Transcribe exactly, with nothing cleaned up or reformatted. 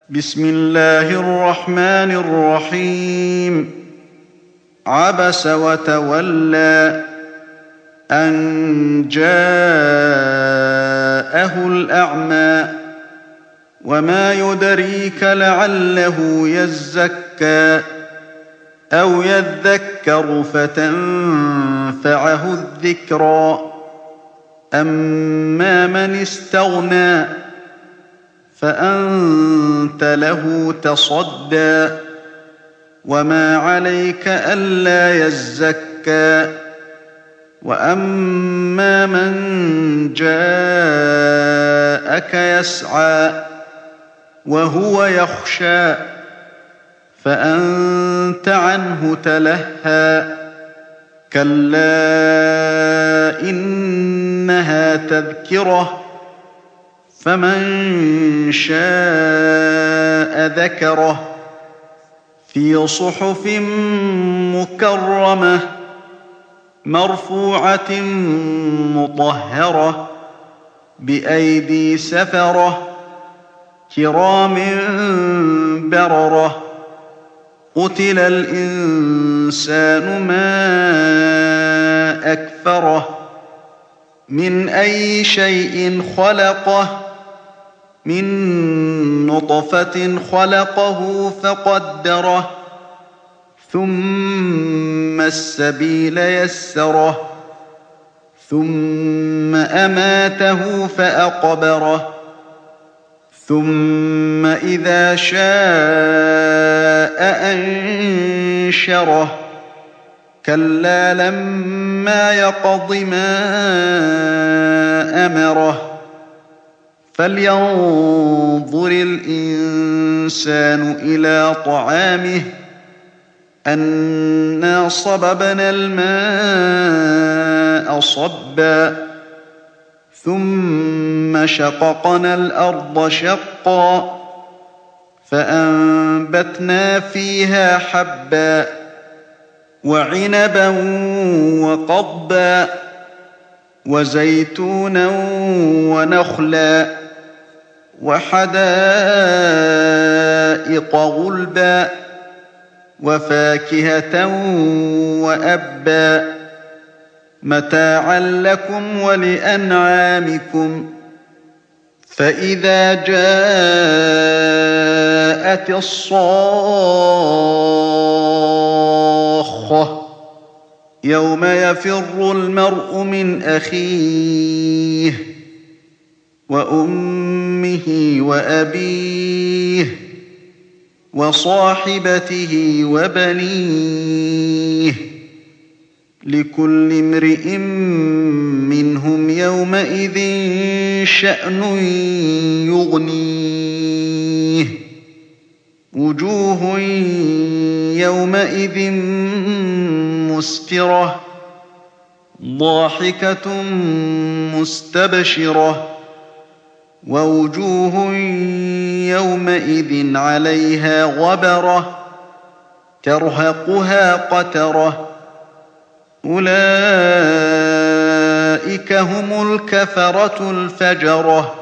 بسم الله الرحمن الرحيم عبس وتولى أن جاءه الأعمى وما يدريك لعله يزكى أو يذكر فتنفعه الذكرى أما من استغنى فأنت له تصدى وما عليك ألا يزكى وأما من جاءك يسعى وهو يخشى فأنت عنه تلهى كلا إنها تذكرة فمن شاء ذكره في صحف مكرمة مرفوعة مطهرة بأيدي سفرة كرام بررة قتل الإنسان ما أكفره من أي شيء خلقه من نطفة خلقه فقدره ثم السبيل يسره ثم أماته فأقبره ثم إذا شاء أنشره كلا لما يقض ما أمره فلينظر الإنسان إلى طعامه أنا صببنا الماء صبا ثم شققنا الأرض شقا فأنبتنا فيها حبا وعنبا وقضبا وزيتونا ونخلا وحدائق غلبا وفاكهة وأبا متاعا لكم ولأنعامكم فإذا جاءت الصاخة يوم يفر المرء من أخيه وأمه وأبيه وصاحبته وبنيه لكل امرئ منهم يومئذ شأن يغنيه وجوه يومئذ مسفرة ضاحكة مستبشرة ووجوه يومئذ عليها غبرة ترهقها قترة أولئك هم الكفرة الفجرة